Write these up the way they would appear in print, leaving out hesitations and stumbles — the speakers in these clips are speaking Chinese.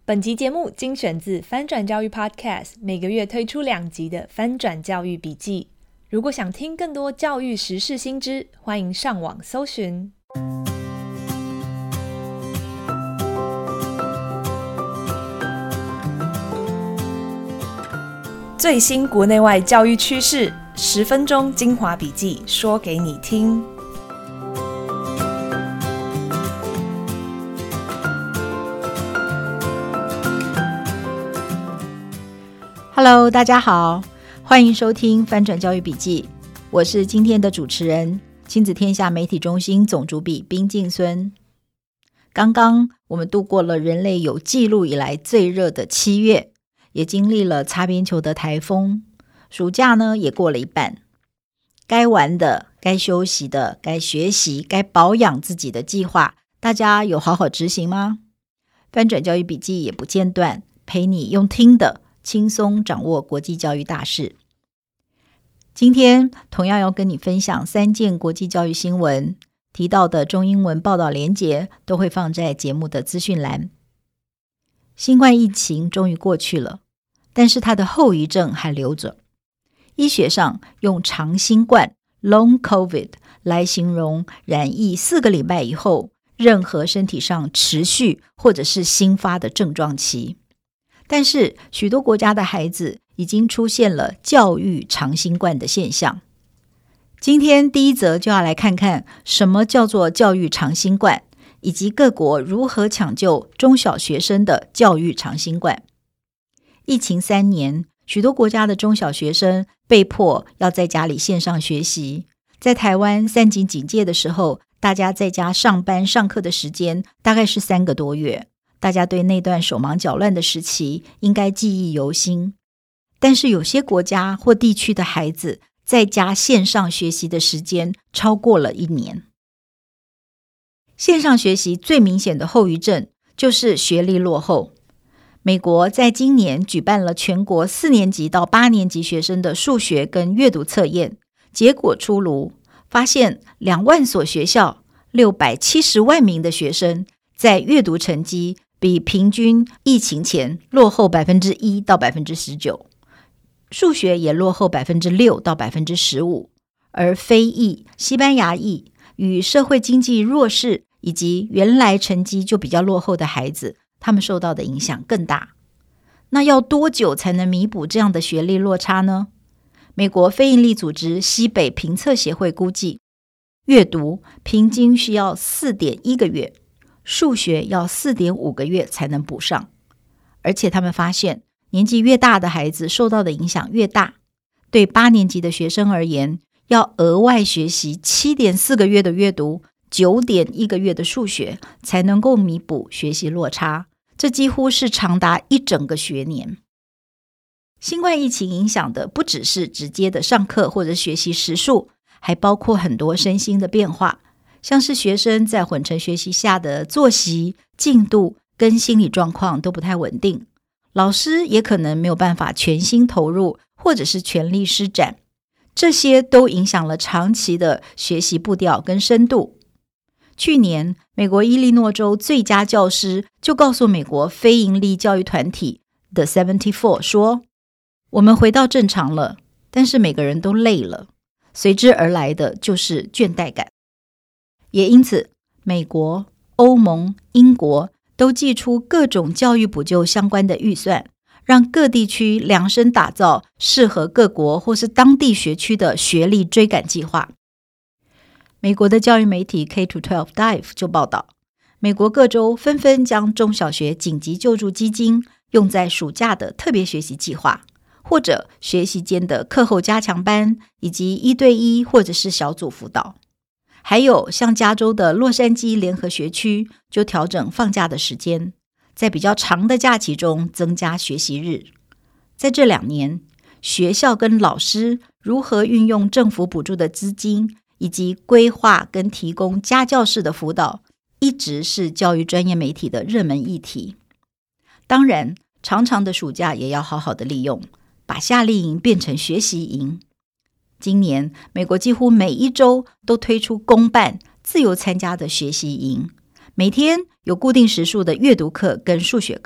本集节目精选自翻转教育 Podcast， 每个月推出2集的翻转教育笔记。如果想听更多教育时事新知，欢迎上网搜寻。最新国内外教育趋势，10分钟精华笔记，说给你听。 Hello， 大家好，欢迎收听翻转教育笔记，我是今天的主持人，亲子天下媒体中心总主笔冰静孙。刚刚我们度过了人类有记录以来最热的7月，也经历了擦边球的台风，暑假呢也过了一半。该玩的、该休息的、该学习、该保养自己的计划，大家有好好执行吗？翻转教育笔记也不间断，陪你用听的轻松掌握国际教育大事。今天同样要跟你分享3件国际教育新闻，提到的中英文报道连结都会放在节目的资讯栏。新冠疫情终于过去了，但是它的后遗症还留着。医学上用长新冠 Long COVID 来形容染疫4个礼拜以后任何身体上持续或者是新发的症状期。但是许多国家的孩子已经出现了教育长新冠的现象。今天第一则就要来看看什么叫做教育长新冠，以及各国如何抢救中小学生的教育长新冠。疫情3年，许多国家的中小学生被迫要在家里线上学习。在台湾3级警戒的时候，大家在家上班上课的时间大概是3个多月。大家对那段手忙脚乱的时期应该记忆犹新，但是有些国家或地区的孩子在家线上学习的时间超过了1年。线上学习最明显的后遗症就是学历落后。美国在今年举办了全国4年级到8年级学生的数学跟阅读测验，结果出炉，发现2万所学校670万名的学生在阅读成绩比平均疫情前落后 1% 到 19%， 数学也落后 6% 到 15%， 而非裔、西班牙裔与社会经济弱势以及原来成绩就比较落后的孩子，他们受到的影响更大。那要多久才能弥补这样的学历落差呢？美国非营利组织西北评测协会估计，阅读平均需要 4.1 个月，数学要 4.5 个月才能补上。而且他们发现，年纪越大的孩子受到的影响越大。对8年级的学生而言，要额外学习 7.4 个月的阅读， 9.1 个月的数学，才能够弥补学习落差。这几乎是长达1整个学年。新冠疫情影响的不只是直接的上课或者学习时数，还包括很多身心的变化，像是学生在混成学习下的作息、进度跟心理状况都不太稳定，老师也可能没有办法全心投入或者是全力施展，这些都影响了长期的学习步调跟深度。去年，美国伊利诺州最佳教师就告诉美国非营利教育团体 The 74说，我们回到正常了，但是每个人都累了，随之而来的就是倦怠感。也因此，美国、欧盟、英国都祭出各种教育补救相关的预算，让各地区量身打造适合各国或是当地学区的学历追赶计划。美国的教育媒体 K-12 Dive 就报道，美国各州纷纷将中小学紧急救助基金用在暑假的特别学习计划，或者学习间的课后加强班，以及1对1或者是小组辅导。还有像加州的洛杉矶联合学区就调整放假的时间，在比较长的假期中增加学习日。在这2年，学校跟老师如何运用政府补助的资金，以及规划跟提供家教式的辅导，一直是教育专业媒体的热门议题。当然，长长的暑假也要好好的利用，把夏令营变成学习营。今年，美国几乎每一州都推出公办、自由参加的学习营，每天有固定时数的阅读课跟数学课，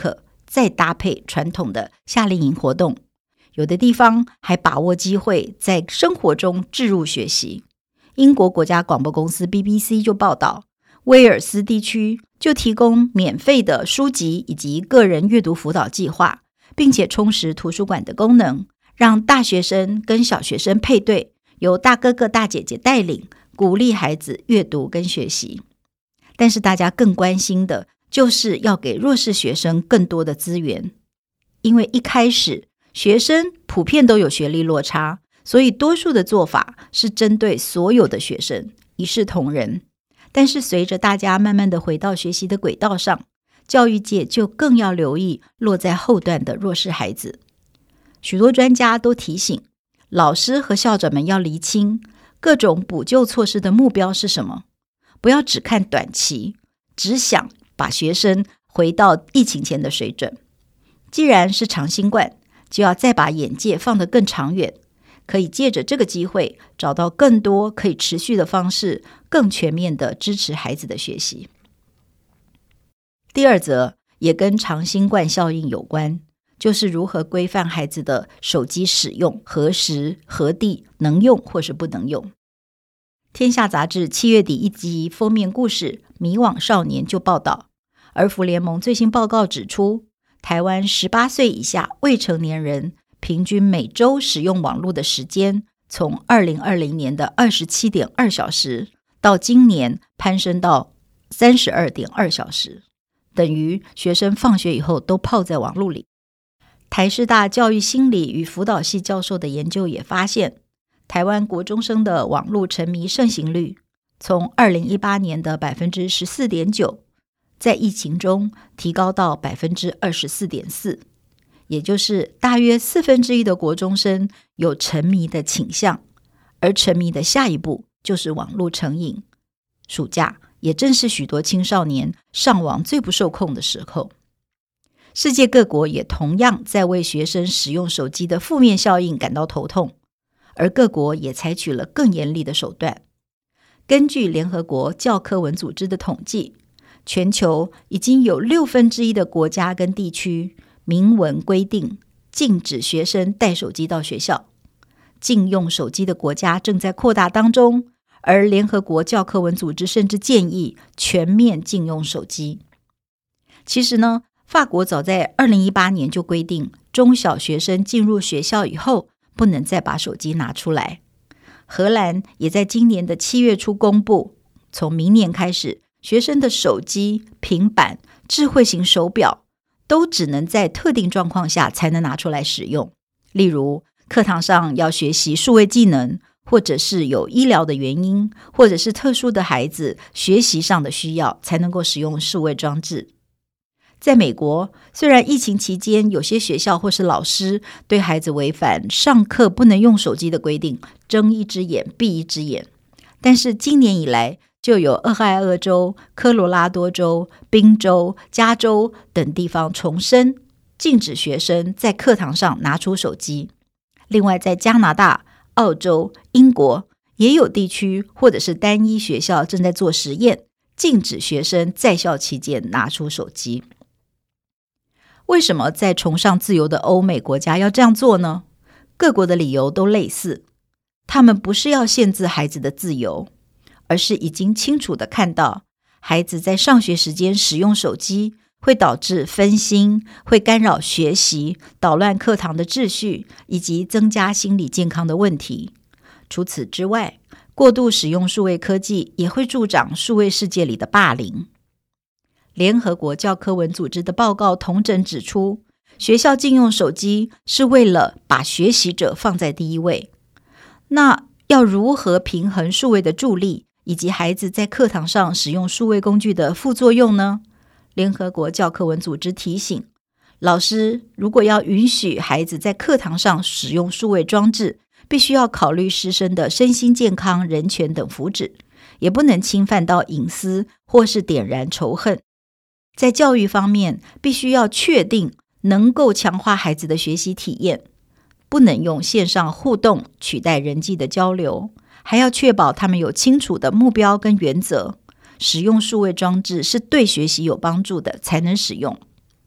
再搭配传统的夏令营活动，有的地方还把握机会在生活中置入学习。英国国家广播公司 BBC 就报道，威尔斯地区就提供免费的书籍以及个人阅读辅导计划，并且充实图书馆的功能，让大学生跟小学生配对，由大哥哥大姐姐带领，鼓励孩子阅读跟学习。但是大家更关心的就是要给弱势学生更多的资源，因为一开始学生普遍都有学历落差，所以多数的做法是针对所有的学生，一视同仁。但是随着大家慢慢的回到学习的轨道上，教育界就更要留意落在后段的弱势孩子。许多专家都提醒，老师和校长们要厘清各种补救措施的目标是什么，不要只看短期，只想把学生回到疫情前的水准。既然是长新冠，就要再把眼界放得更长远，可以借着这个机会找到更多可以持续的方式，更全面的支持孩子的学习。第二则也跟长新冠效应有关，就是如何规范孩子的手机使用，何时何地能用或是不能用。天下杂志7月底一集封面故事《迷惘少年》就报道，儿福联盟最新报告指出，台湾18岁以下未成年人平均每周使用网络的时间，从2020年的 27.2 小时到今年攀升到 32.2 小时，等于学生放学以后都泡在网络里。台师大教育心理与辅导系教授的研究也发现，台湾国中生的网络沉迷盛行率从2018年的 14.9%， 在疫情中提高到 24.4%， 也就是大约1/4的国中生有沉迷的倾向，而沉迷的下一步就是网络成瘾。暑假也正是许多青少年上网最不受控的时候。世界各国也同样在为学生使用手机的负面效应感到头痛，而各国也采取了更严厉的手段。根据联合国教科文组织的统计，全球已经有1/6的国家跟地区明文规定禁止学生带手机到学校。禁用手机的国家正在扩大当中，而联合国教科文组织甚至建议全面禁用手机。其实呢，法国早在2018年就规定，中小学生进入学校以后不能再把手机拿出来。荷兰也在今年的7月初公布，从明年开始，学生的手机、平板、智慧型手表都只能在特定状况下才能拿出来使用。例如课堂上要学习数位技能，或者是有医疗的原因，或者是特殊的孩子学习上的需要，才能够使用数位装置。在美国，虽然疫情期间有些学校或是老师对孩子违反上课不能用手机的规定，睁一只眼闭一只眼，但是今年以来就有俄亥俄州、科罗拉多州、宾州、加州等地方重申禁止学生在课堂上拿出手机。另外在加拿大、澳洲、英国也有地区或者是单一学校正在做实验，禁止学生在校期间拿出手机。为什么在崇尚自由的欧美国家要这样做呢？各国的理由都类似，他们不是要限制孩子的自由，而是已经清楚地看到，孩子在上学时间使用手机会导致分心，会干扰学习，捣乱课堂的秩序，以及增加心理健康的问题。除此之外，过度使用数位科技也会助长数位世界里的霸凌。联合国教科文组织的报告统整指出，学校禁用手机是为了把学习者放在第一位。那要如何平衡数位的助力，以及孩子在课堂上使用数位工具的副作用呢？联合国教科文组织提醒，老师如果要允许孩子在课堂上使用数位装置，必须要考虑师生的身心健康、人权等福祉，也不能侵犯到隐私或是点燃仇恨。在教育方面，必须要确定能够强化孩子的学习体验，不能用线上互动取代人际的交流，还要确保他们有清楚的目标跟原则，使用数位装置是对学习有帮助的才能使用。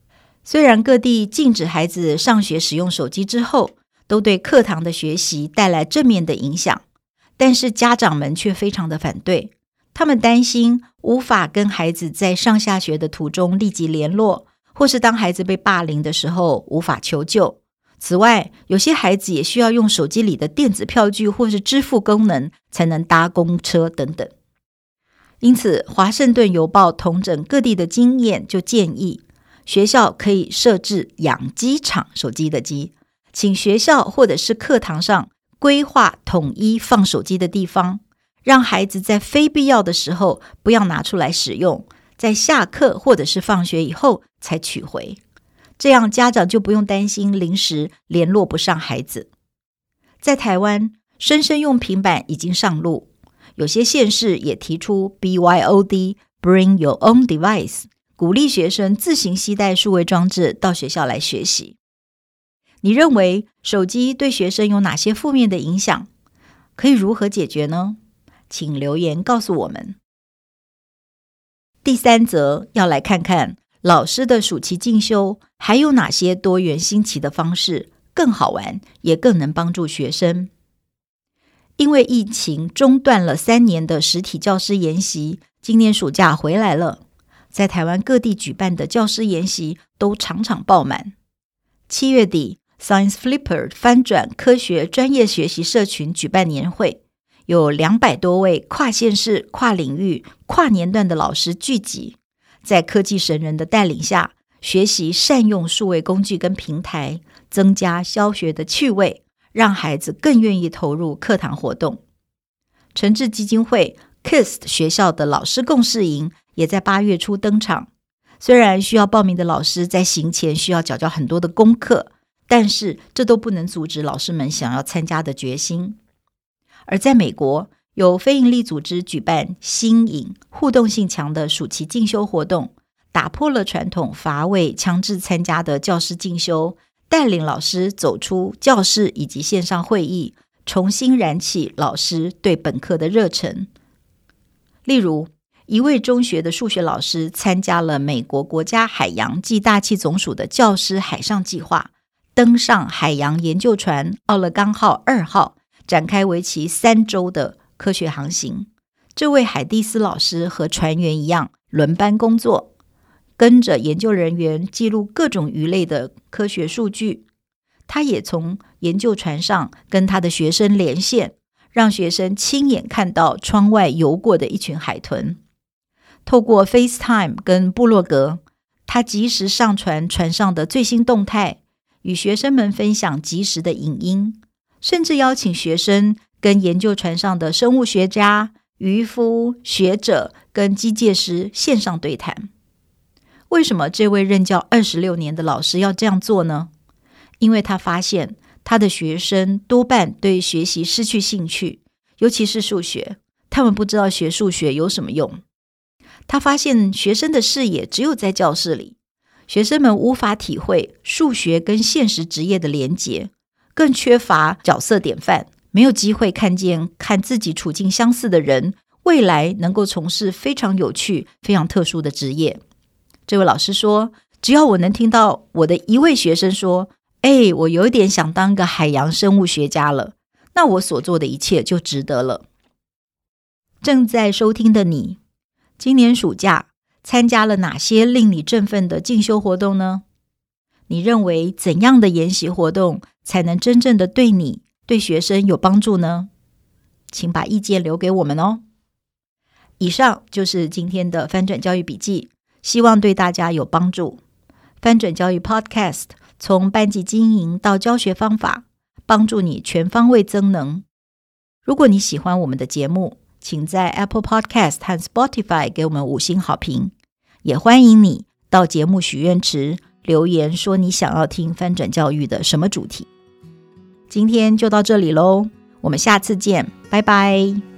虽然各地禁止孩子上学使用手机之后，都对课堂的学习带来正面的影响，但是家长们却非常的反对。他们担心无法跟孩子在上下学的途中立即联络，或是当孩子被霸凌的时候无法求救。此外，有些孩子也需要用手机里的电子票据或是支付功能才能搭公车等等。因此，华盛顿邮报统整各地的经验，就建议学校可以设置养鸡场手机的机，请学校或者是课堂上规划统一放手机的地方，让孩子在非必要的时候不要拿出来使用，在下课或者是放学以后才取回。这样家长就不用担心临时联络不上孩子。在台湾，生生用平板已经上路，有些县市也提出 BYOD Bring Your Own Device， 鼓励学生自行携带数位装置到学校来学习。你认为手机对学生有哪些负面的影响？可以如何解决呢？请留言告诉我们。第三则要来看看老师的暑期进修还有哪些多元新奇的方式，更好玩，也更能帮助学生。因为疫情中断了3年的实体教师研习，今年暑假回来了，在台湾各地举办的教师研习都场场爆满。7月底 Science Flipper 翻转科学专业学习社群举办年会，有200多位跨县市、跨领域、跨年段的老师聚集，在科技神人的带领下，学习善用数位工具跟平台，增加教学的趣味，让孩子更愿意投入课堂活动。诚志基金会 KISS 学校的老师共识营也在8月初登场。虽然需要报名的老师在行前需要缴交很多的功课，但是这都不能阻止老师们想要参加的决心。而在美国，有非营利组织举办新颖、互动性强的暑期进修活动，打破了传统乏味、强制参加的教师进修，带领老师走出教室以及线上会议，重新燃起老师对本课的热忱。例如，一位中学的数学老师参加了美国国家海洋暨大气总署的教师海上计划，登上海洋研究船奥勒冈号2号，展开为期3周的科学航行。这位海蒂斯老师和船员一样轮班工作，跟着研究人员记录各种鱼类的科学数据。他也从研究船上跟他的学生连线，让学生亲眼看到窗外游过的一群海豚。透过 FaceTime 跟部落格，他及时上传船上的最新动态，与学生们分享即时的影音，甚至邀请学生跟研究船上的生物学家、渔夫、学者跟机械师线上对谈。为什么这位任教26年的老师要这样做呢？因为他发现他的学生多半对学习失去兴趣，尤其是数学，他们不知道学数学有什么用。他发现学生的视野只有在教室里，学生们无法体会数学跟现实职业的连结，更缺乏角色典范，没有机会看见看自己处境相似的人未来能够从事非常有趣、非常特殊的职业。这位老师说，只要我能听到我的一位学生说，我有一点想当个海洋生物学家了，那我所做的一切就值得了。正在收听的你，今年暑假参加了哪些令你振奋的进修活动呢？你认为怎样的研习活动才能真正的对你、对学生有帮助呢？请把意见留给我们哦。以上就是今天的翻转教育笔记，希望对大家有帮助。翻转教育 Podcast 从班级经营到教学方法，帮助你全方位增能。如果你喜欢我们的节目，请在 Apple Podcast 和 Spotify 给我们5星好评。也欢迎你到节目许愿池留言说你想要听翻转教育的什么主题。今天就到这里咯，我们下次见，拜拜。